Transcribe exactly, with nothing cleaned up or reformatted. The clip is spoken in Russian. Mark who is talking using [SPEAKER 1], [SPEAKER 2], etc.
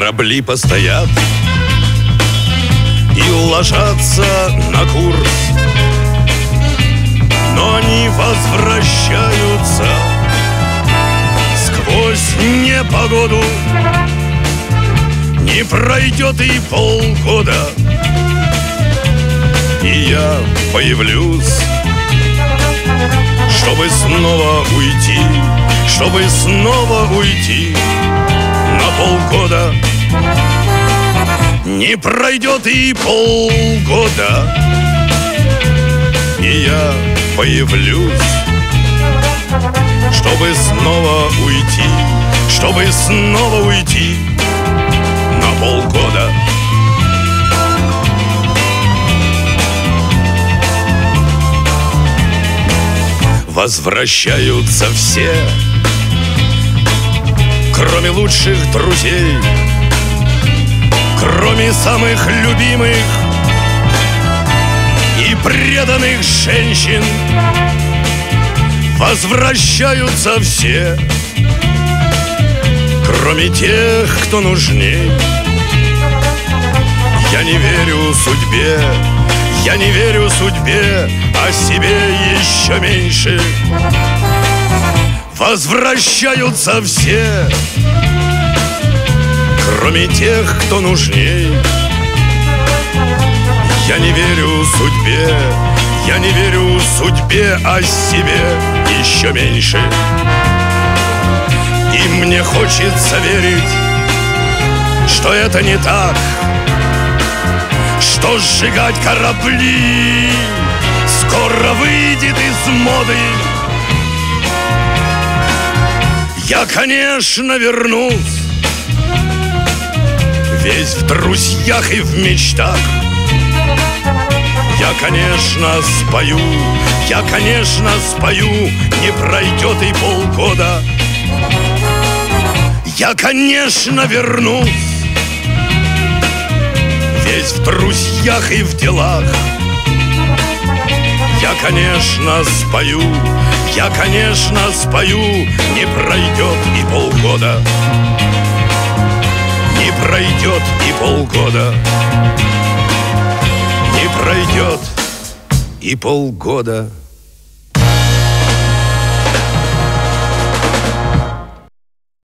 [SPEAKER 1] Корабли постоят и ложатся на курс, но они возвращаются сквозь непогоду. Не пройдет и полгода, и я появлюсь, чтобы снова уйти, чтобы снова уйти на полгода. Не пройдет и полгода, и я появлюсь, чтобы снова уйти, чтобы снова уйти на полгода. Возвращаются все, кроме лучших друзей, кроме самых любимых и преданных женщин. Возвращаются все, кроме тех, кто нужней. Я не верю судьбе, я не верю судьбе, а себе еще меньше. Возвращаются все, кроме тех, кто нужней. Я не верю судьбе, я не верю судьбе, а себе еще меньше. И мне хочется верить, что это не так, что сжигать корабли скоро выйдет из моды. Я, конечно, вернусь, весь в друзьях и в мечтах. Я, конечно, спою, я, конечно, спою, не пройдет и полгода. Я, конечно, вернусь, весь в друзьях и в делах. Я, конечно, спою, я, конечно, спою, не пройдет и полгода. Не пройдет и полгода. Не пройдет и полгода.